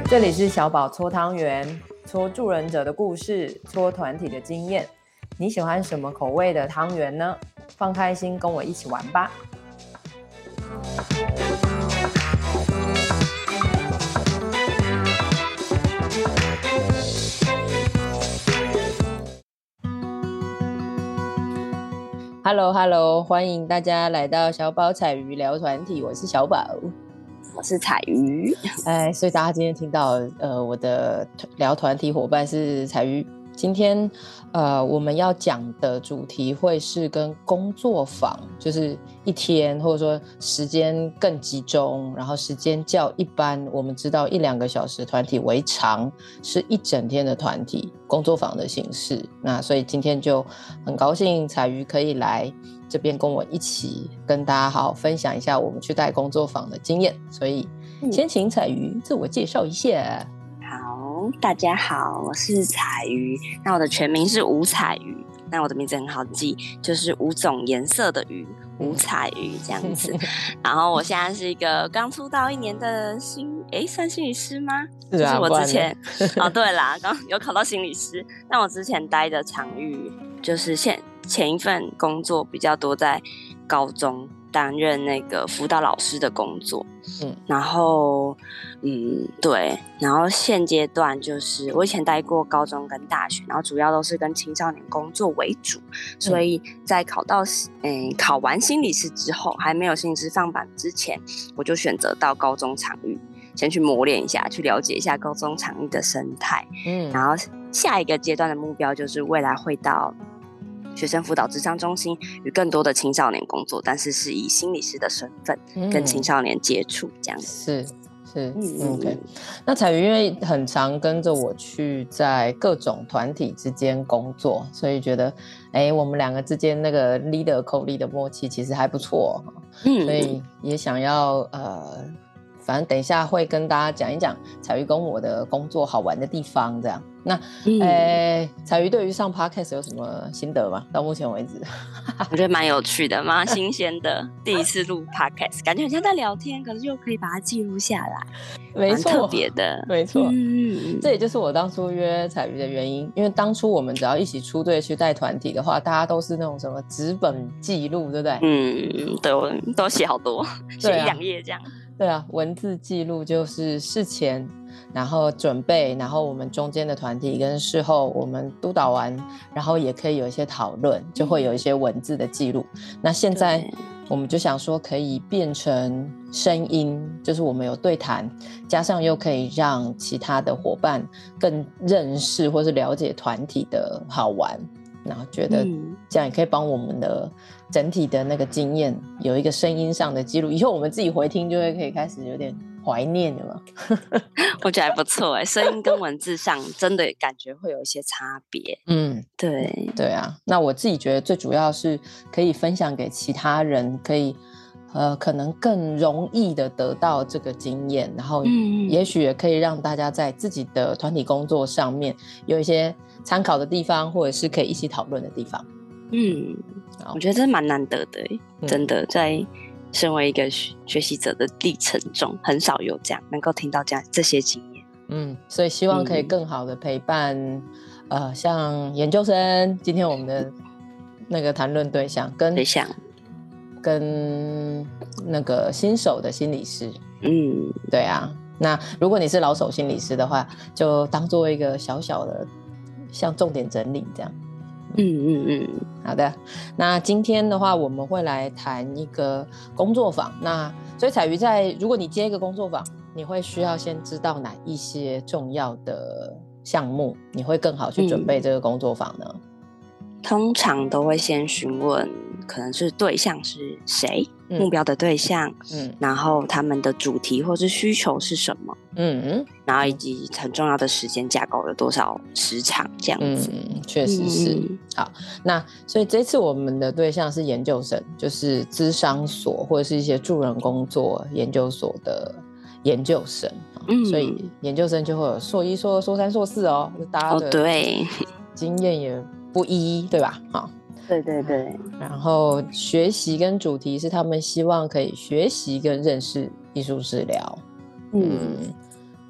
这里是小宝搓汤圆，搓助人者的故事，搓团体的经验。你喜欢什么口味的汤圆呢？放开心，跟我一起玩吧。Hello， 欢迎大家来到小宝彩鱼聊团体，我是小宝。 我是彩鱼， 所以大家今天听到我的聊团体伙伴是彩鱼。今天我们要讲的主题会是跟工作坊，就是一天或者说时间更集中，然后时间较一般我们知道1-2个小时团体为长，是一整天的团体工作坊的形式。那所以今天就很高兴彩鱼可以来这边跟我一起跟大家好好分享一下我们去带工作坊的经验，所以先请彩鱼自我介绍一下。 好，大家好，我是彩鱼，那我的全名是吴彩鱼，那我的名字很好记，就是5种颜色的鱼，吴彩鱼这样子。然后我现在是一个刚出道1年的算心理师吗？ 是啊， 就是我之前对啦，刚有考到心理师，但我之前待的场域就是前一份工作比较多在高中担任那个辅导老师的工作，然后对，然后现阶段就是我以前待过高中跟大学，然后主要都是跟青少年工作为主，所以在考完心理师之后，还没有心理师放榜之前，我就选择到高中场域先去磨练一下，去了解一下高中场域的生态，然后下一个阶段的目标就是未来会到学生辅导諮商中心与更多的青少年工作，但是以心理师的身份跟青少年接触这样子。 是，OK。那彩鱼因为很常跟着我去在各种团体之间工作，所以觉得我们2个之间那个 leader 口力的默契其实还不错，所以也想要反正等一下会跟大家讲一讲彩鱼跟我的工作好玩的地方这样。那彩鱼对于上 podcast 有什么心得吗？到目前为止我觉得蛮有趣的，蛮新鲜的。第一次录 podcast 感觉很像在聊天，可是又可以把它记录下来， 没错， 蛮特别的。 没错，这也就是我当初约彩鱼的原因，因为当初我们只要一起出队去带团体的话，大家都是那种什么纸本记录，对不对？ 对，我都写好多，写1-2页这样。 对啊，文字记录就是事前，然后准备，然后我们中间的团体跟事后我们督导完，然后也可以有一些讨论，就会有一些文字的记录。那现在我们就想说可以变成声音，就是我们有对谈，加上又可以让其他的伙伴更认识或是了解团体的好玩，然后觉得这样也可以帮我们的整体的那个经验有一个声音上的记录，以后我们自己回听就会可以开始有点怀念了嘛。 我觉得还不错声音跟文字上真的感觉会有一些差别。对啊。那我自己觉得最主要是可以分享给其他人，可以可能更容易的得到这个经验，然后也许也可以让大家在自己的团体工作上面有一些参考的地方，或者是可以一起讨论的地方。 我觉得这蛮难得的真的在身为一个学习者的历程中，很少有这样能够听到这些经验。 所以希望可以更好的陪伴像研究生，今天我们的那个谈论对象跟那个新手的心理师。对啊。那如果你是老手心理师的话，就当做一个小小的像重点整理这样。好的。那今天的话我们会来谈一个工作坊，那所以彩鱼如果你接一个工作坊，你会需要先知道哪一些重要的项目，你会更好去准备这个工作坊呢？ 通常都会先询问可能是对象是谁，目标的对象，然后他们的主题或是需求是什么，然后以及很重要的时间架构有多少时长这样子。 确实是。好，那所以这次我们的对象是研究生，就是諮商所或者是一些助人工作研究所的研究生，所以研究生就会有硕1、硕2、硕3、硕4哦，大家的经验也不一，对吧？ 对。 然后学习跟主题是他们希望可以学习跟认识艺术治疗。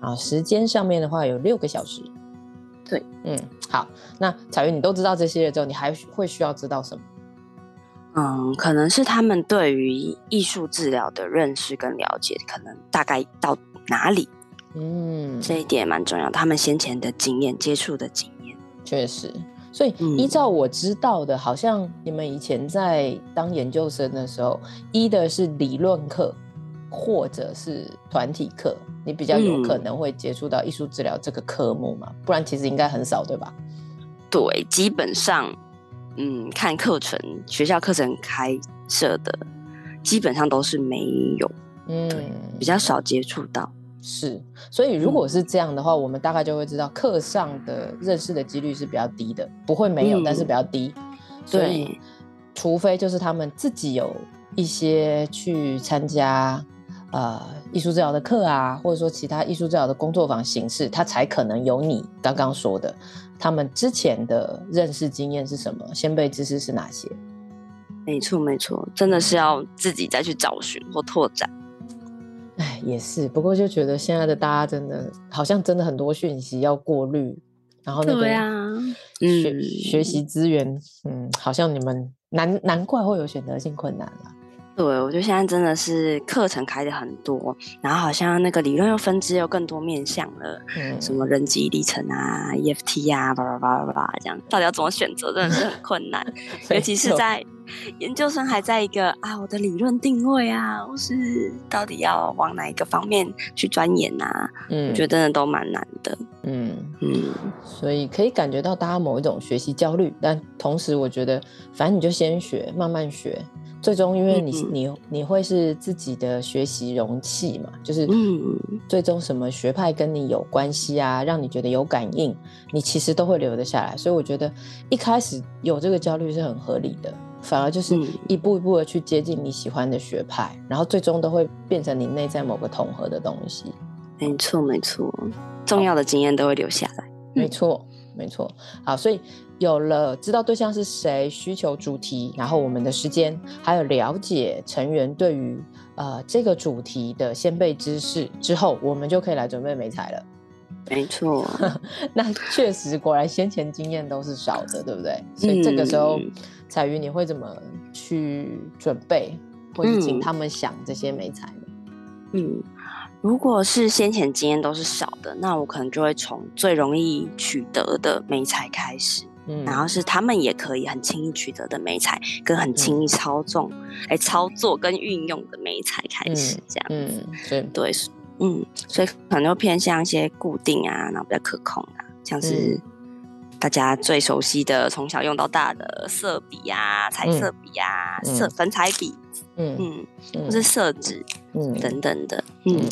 好，时间上面的话有6个小时。 对， 好，那彩云你都知道这些了之后，你还会需要知道什么？ 可能是他们对于艺术治疗的认识跟了解，可能大概到哪里？这一点蛮重要的，他们先前的经验、接触的经验。 确实，所以依照我知道的，好像你们以前在当研究生的时候，的是理论课或者是团体课，你比较有可能会接触到艺术治疗这个科目嘛？不然其实应该很少，对吧？ 对，基本上。看课程，学校课程开设的基本上都是没有，比较少接触到。 是，所以如果是这样的话，我们大概就会知道课上的认识的几率是比较低的，不会没有，但是比较低。所以，除非就是他们自己有一些去参加艺术治疗的课啊，或者说其他艺术治疗的工作坊形式，他才可能有你刚刚说的。他们之前的认识经验是什么？先辈知识是哪些？ 没错没错，真的是要自己再去找寻或拓展。 也是，不过就觉得现在的大家真的好像真的很多讯息要过滤，然后那个学习资源，好像你们难怪会有选择性困难啦。 对，我觉得现在真的是课程开的很多，然后好像那个理论又分支又更多面向了，什么人机历程啊、EFT 啊，叭叭叭叭叭，这样到底要怎么选择，真的是很困难，尤其是在研究生还在一个我的理论定位啊，或是到底要往哪一个方面去钻研啊，我觉得真的都蛮难的。 所以可以感觉到大家某一种学习焦虑，但同时我觉得，反正你就先学，慢慢学。最终因为你会是自己的学习容器嘛，就是最终什么学派跟你有关系啊，让你觉得有感应，你其实都会留得下来。所以我觉得一开始有这个焦虑是很合理的，反而就是一步一步的去接近你喜欢的学派，然后最终都会变成你内在某个统合的东西。 没错没错，重要的经验都会留下来。 没错没错。好，所以有了知道对象是谁、需求主题，然后我们的时间，还有了解成员对于这个主题的先辈知识之后，我们就可以来准备媒材了。 没错。 那确实果然先前经验都是少的，对不对？所以这个时候彩云你会怎么去准备，或是请他们想这些媒材呢？ 如果是先前经验都是少的，那我可能就会从最容易取得的媒材开始，然后是他们也可以很轻易取得的媒材，跟很轻易操作跟运用的媒材开始，这样子。对，所以可能就偏向一些固定啊，然后比较可控啊，像是大家最熟悉的从小用到大的色笔啊、彩色笔啊、粉彩笔，或是色纸，等等的。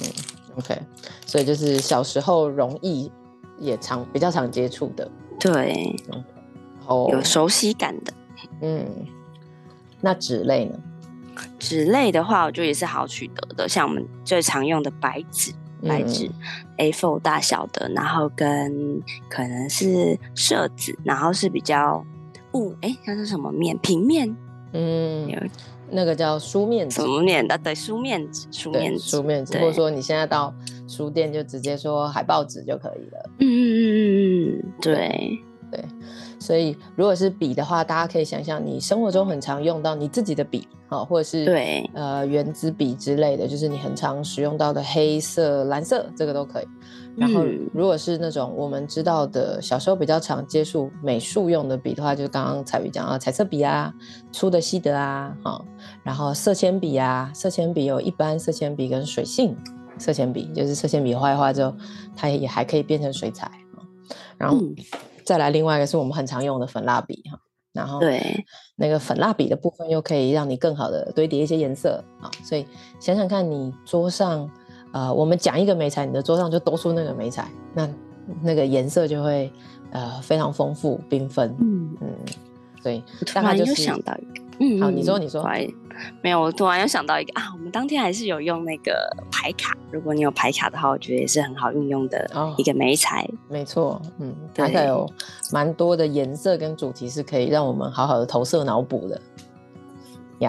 OK， 所以就是小时候容易也比较常接触的， 对，有熟悉感的。 那纸类呢？ 纸类的话，我觉得也是好取得的，像我们最常用的白纸 A4 大小的，然后跟可能是色纸，然后是比较像是什么面平面， 那个叫书面纸， 什么面的？对，书面纸， 或者说你现在到书店就直接说海报纸就可以了。 对。 所以如果是笔的话，大家可以想想你生活中很常用到你自己的笔，或者是圆珠笔之类的，就是你很常使用到的黑色、蓝色，这个都可以。然后如果是那种我们知道的小时候比较常接触美术用的笔的话，就是刚刚彩瑜讲到彩色笔啊、粗的细的啊，然后色铅笔啊，色铅笔有一般色铅笔跟水性色铅笔，就是色铅笔画一画之后它也还可以变成水彩，然后再来另外一个是我们很常用的粉蜡笔，然后那个粉蜡笔的部分又可以让你更好的堆叠一些颜色，所以想想看你桌上我们讲一个媒材，你的桌上就多出那个媒材，那个颜色就会非常丰富缤纷。所以大概就是我突然又想到一个， 好，你说没有，我突然又想到一个我们当天还是有用那个牌卡，如果你有牌卡的话，我觉得也是很好运用的一个媒材。没错， 牌卡有蛮多的颜色跟主题是可以让我们好好的投射脑补的呀。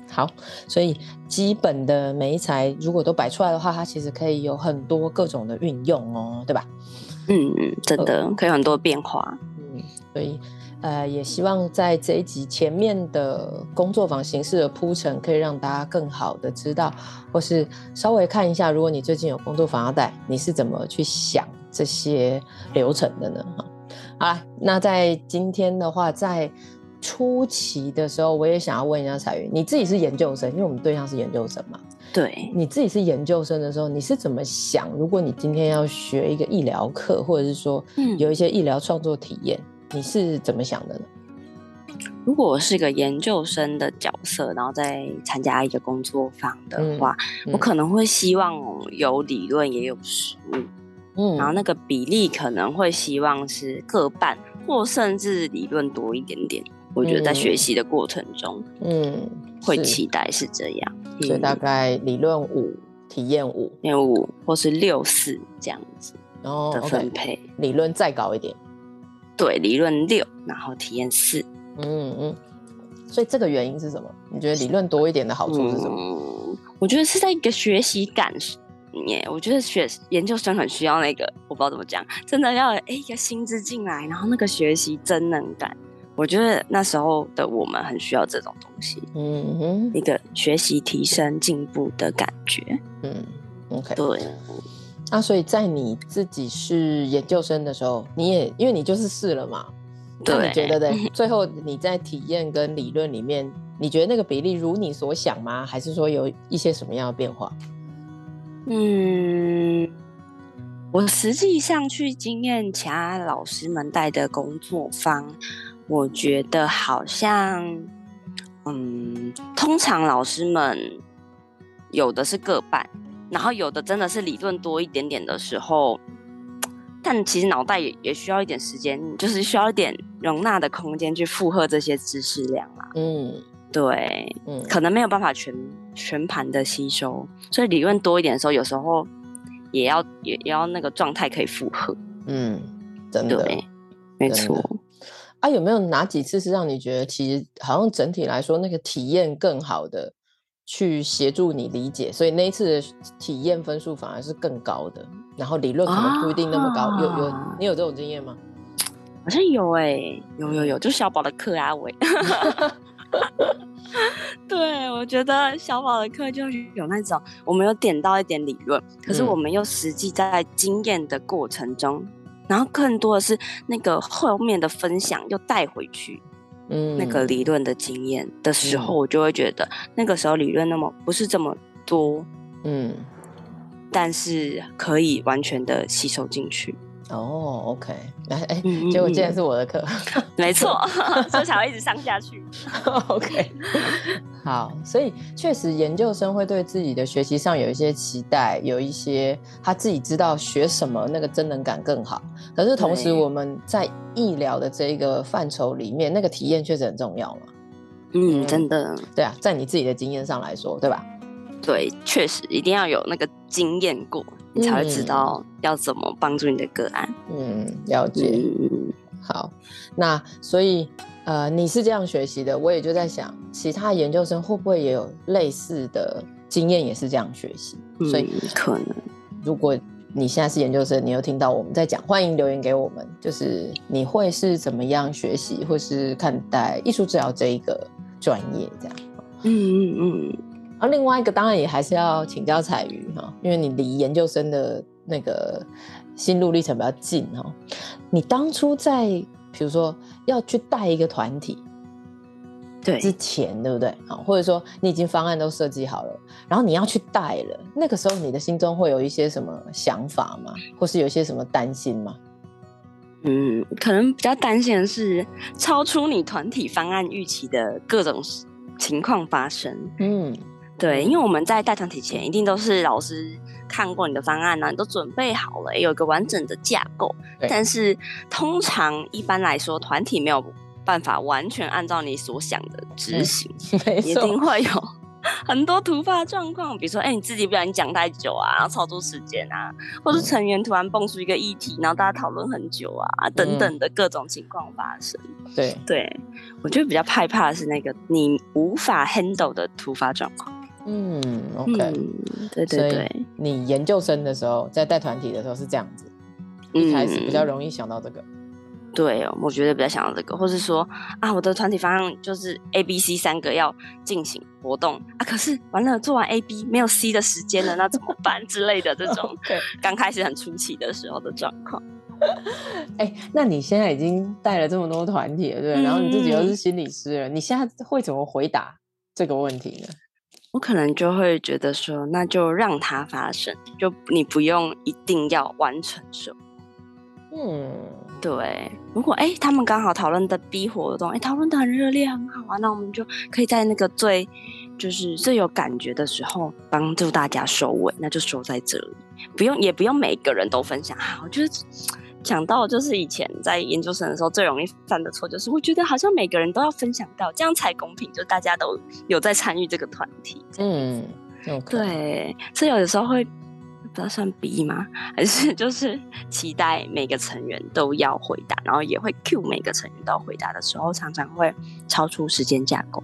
好，所以基本的媒材如果都摆出来的话，它其实可以有很多各种的运用哦，对吧？ 真的可以有很多变化。 所以也希望在这一集前面的工作坊形式的铺陈，可以让大家更好的知道，或是稍微看一下，如果你最近有工作坊要带，你是怎么去想这些流程的呢？好啦，那在今天的话，在初期的时候，我也想要问一下彩云，你自己是研究生，因为我们对象是研究生嘛。 对， 你自己是研究生的时候，你是怎么想？如果你今天要学一个医疗课，或者是说有一些医疗创作体验，你是怎么想的呢？ 如果我是个研究生的角色，然后再参加一个工作坊的话，我可能会希望有理论也有实务，然后那个比例可能会希望是各半，或甚至理论多一点点。我觉得在学习的过程中，会期待是这样。 所以大概理论5，体验5， 或是6-4这样子的分配。 理论再高一点。 对，理论6，然后体验4。 所以这个原因是什么？你觉得理论多一点的好处是什么？ 我觉得是在一个学习感耶。我觉得研究生很需要那个，我不知道怎么讲，真的要一个心智进来，然后那个学习真能感。我觉得那时候的我们很需要这种东西，一个学习提升进步的感觉。 OK， 对。 所以在你自己是研究生的时候，你也因为你就是试了嘛， 对， 你觉得呢？最后你在体验跟理论里面，你觉得那个比例如你所想吗？还是说有一些什么样的变化？ 我实际上去经验其他老师们带的工作坊，我觉得好像，通常老师们有的是各半，然后有的真的是理论多一点点的时候，但其实脑袋也需要一点时间，就是需要一点容纳的空间去负荷这些知识量啦。对，可能没有办法全盘的吸收，所以理论多一点的时候，有时候也要那个状态可以负荷。 真的， 对，没错。 有没有哪几次是让你觉得其实好像整体来说那个体验更好的去协助你理解，所以那一次的体验分数反而是更高的，然后理论可能不一定那么高。你有这种经验吗？ 好像有有，就小宝的课啊，对，我觉得小宝的课就有那种我们有点到一点理论，可是我们又实际在经验的过程中，然后更多的是那个后面的分享又带回去，那个理论的经验的时候，我就会觉得那个时候理论不是这么多，但是可以完全的吸收进去。 OK， 结果竟然是我的课， 没错，所以才会一直上下去。 OK， 好，所以确实研究生会对自己的学习上有一些期待，有一些他自己知道学什么那个真能感更好。可是同时我们在医疗的这个范畴里面，那个体验确实很重要嘛。 真的。 对啊，在你自己的经验上来说，对吧？ 对，确实一定要有那个经验过，你才会知道要怎么帮助你的个案。 了解。好，那所以你是这样学习的，我也就在想，其他研究生会不会也有类似的经验，也是这样学习？所以可能， 如果你现在是研究生，你有听到我们在讲，欢迎留言给我们，就是你会是怎么样学习，或是看待艺术治疗这一个专业这样。另外一个当然也还是要请教彩瑜，因为你离研究生的那个心路历程比较近。你当初在比如说要去带一个团体之前，对不对？或者说你已经方案都设计好了，然后你要去带了，那个时候你的心中会有一些什么想法吗？或是有一些什么担心吗？ 可能比较担心的是超出你团体方案预期的各种情况发生。对，因为我们在带团体前，一定都是老师看过你的方案啊，你都准备好了，有一个完整的架构。但是通常一般来说，团体没有办法完全按照你所想的执行，一定会有很多突发状况，比如说，你自己不小心讲太久啊，然后超出时间啊，或是成员突然蹦出一个议题，然后大家讨论很久啊，等等的各种情况发生。对，我觉得比较害怕的是那个你无法 handle 的突发状况。 OK， 对。 所以你研究生的时候，在带团体的时候是这样子，一开始比较容易想到这个。 对哦，我觉得比较想到这个，或是说我的团体方向就是 A、B、C 3个要进行活动可是完了做完 A、B 没有 C 的时间了，那怎么办之类的这种刚开始很初期的时候的状况。 那你现在已经带了这么多团体了，对，然后你自己又是心理师了，你现在会怎么回答这个问题呢？ 我可能就会觉得说，那就让它发生，就你不用一定要完成什么。对，如果他们刚好讨论的 B 活动，讨论的很热烈很好啊，那我们就可以在那个最有感觉的时候帮助大家收尾，那就收在这里，也不用每个人都分享。我觉得讲到就是以前在研究生的时候最容易犯的错，就是我觉得好像每个人都要分享到，这样才公平，就大家都有在参与这个团体。对，所以有的时候会不知道算逼吗？还是就是期待每个成员都要回答，然后也会 cue 每个成员都要回答的时候，常常会超出时间架构。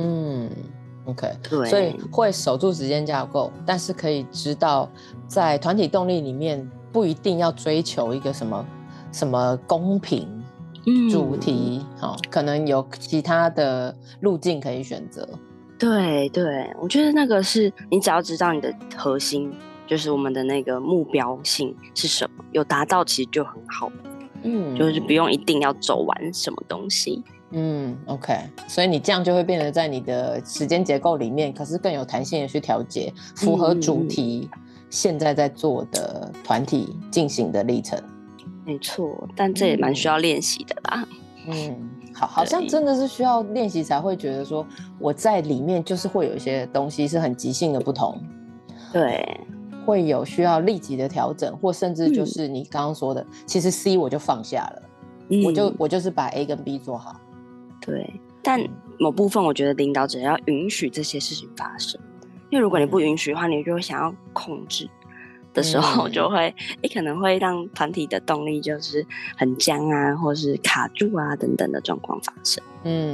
OK， 对， 所以会守住时间架构，但是可以知道在团体动力里面不一定要追求一个什么公平主题，可能有其他的路径可以选择。对， 我觉得那个是你只要知道你的核心。就是我们的那个目标性是什么，有达到其实就很好。就是不用一定要走完什么东西。 OK， 所以你这样就会变得在你的时间结构里面，可是更有弹性的去调节，符合主题现在在做的团体进行的历程。 没错，但这也蛮需要练习的啦。 好像真的是需要练习才会觉得说，我在里面就是会有一些东西是很即兴的不同。 对。 会有需要立即的调整，或甚至就是你刚刚说的，其实 C 我就放下了，我就是把 A 跟 B 做好。 对，但某部分我觉得领导者要允许这些事情发生，因为如果你不允许的话，你就会想要控制的时候，就会可能会让团体的动力就是很僵啊，或是卡住啊等等的状况发生。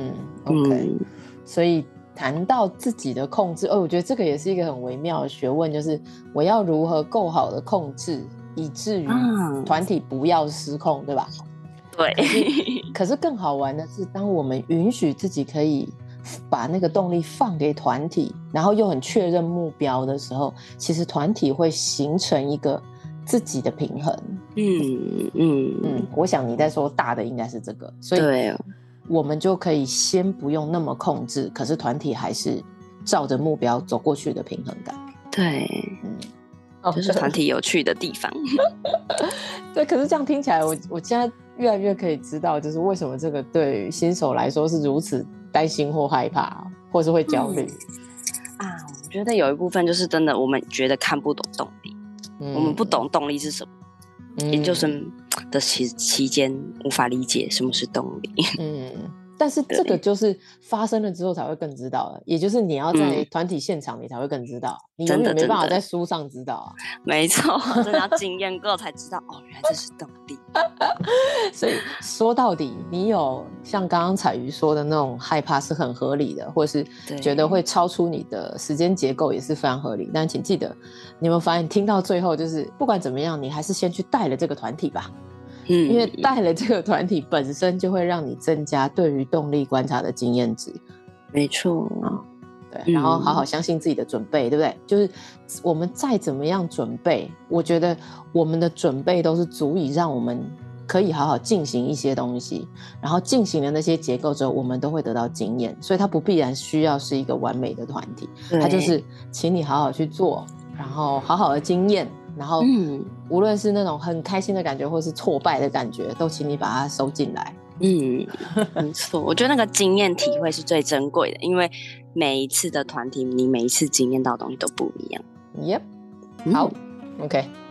OK，所以谈到自己的控制，我觉得这个也是一个很微妙的学问，就是我要如何够好的控制，以至于团体不要失控，对吧？ 对。 可是更好玩的是，当我们允许自己可以把那个动力放给团体，然后又很确认目标的时候，其实团体会形成一个自己的平衡。我想你在说大的应该是这个，所以对。 我们就可以先不用那么控制，可是团体还是照着目标走过去的平衡感。 对，就是团体有趣的地方。 对，可是这样听起来，我现在越来越可以知道，就是为什么这个对于新手来说是如此担心或害怕，或是会焦虑。 我觉得有一部分就是真的，我们觉得看不懂动力，我们不懂动力是什么。研究生的期间无法理解什么是动力。 但是这个就是发生了之后才会更知道的，也就是你要在团体现场你才会更知道，你永远没办法在书上知道啊。 没错，真的要经验过才知道原来这是动力。 所以说到底，你有像刚刚彩瑜说的那种害怕是很合理的，或是觉得会超出你的时间结构也是非常合理，但请记得，你有没有发现听到最后就是不管怎么样，你还是先去带了这个团体吧。因为带了这个团体本身就会让你增加对于动力观察的经验值。 没错。 对，然后好好相信自己的准备，对不对？就是我们再怎么样准备，我觉得我们的准备都是足以让我们可以好好进行一些东西，然后进行了那些结构之后，我们都会得到经验，所以它不必然需要是一个完美的团体，它就是请你好好去做，然后好好的经验，然后无论是那种很开心的感觉或是挫败的感觉，都请你把它收进来。 没错，我觉得那个经验体会是最珍贵的，因为每一次的团体，你每一次经验到的东西都不一样。 Yep， 好，OK，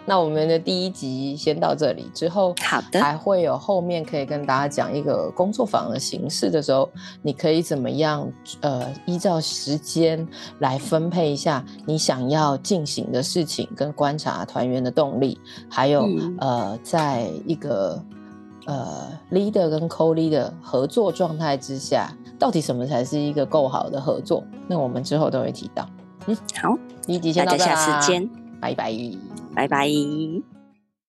那我们的第一集先到这里，之后好的， 还会有后面可以跟大家讲一个工作坊的形式的时候，你可以怎么样依照时间来分配一下你想要进行的事情，跟观察团员的动力，还有、在一个leader 跟 co-leader 合作状态之下，到底什么才是一个够好的合作？那我们之后都会提到。 好， 第一集先到这啦， 大家下次见， 拜拜， 拜拜。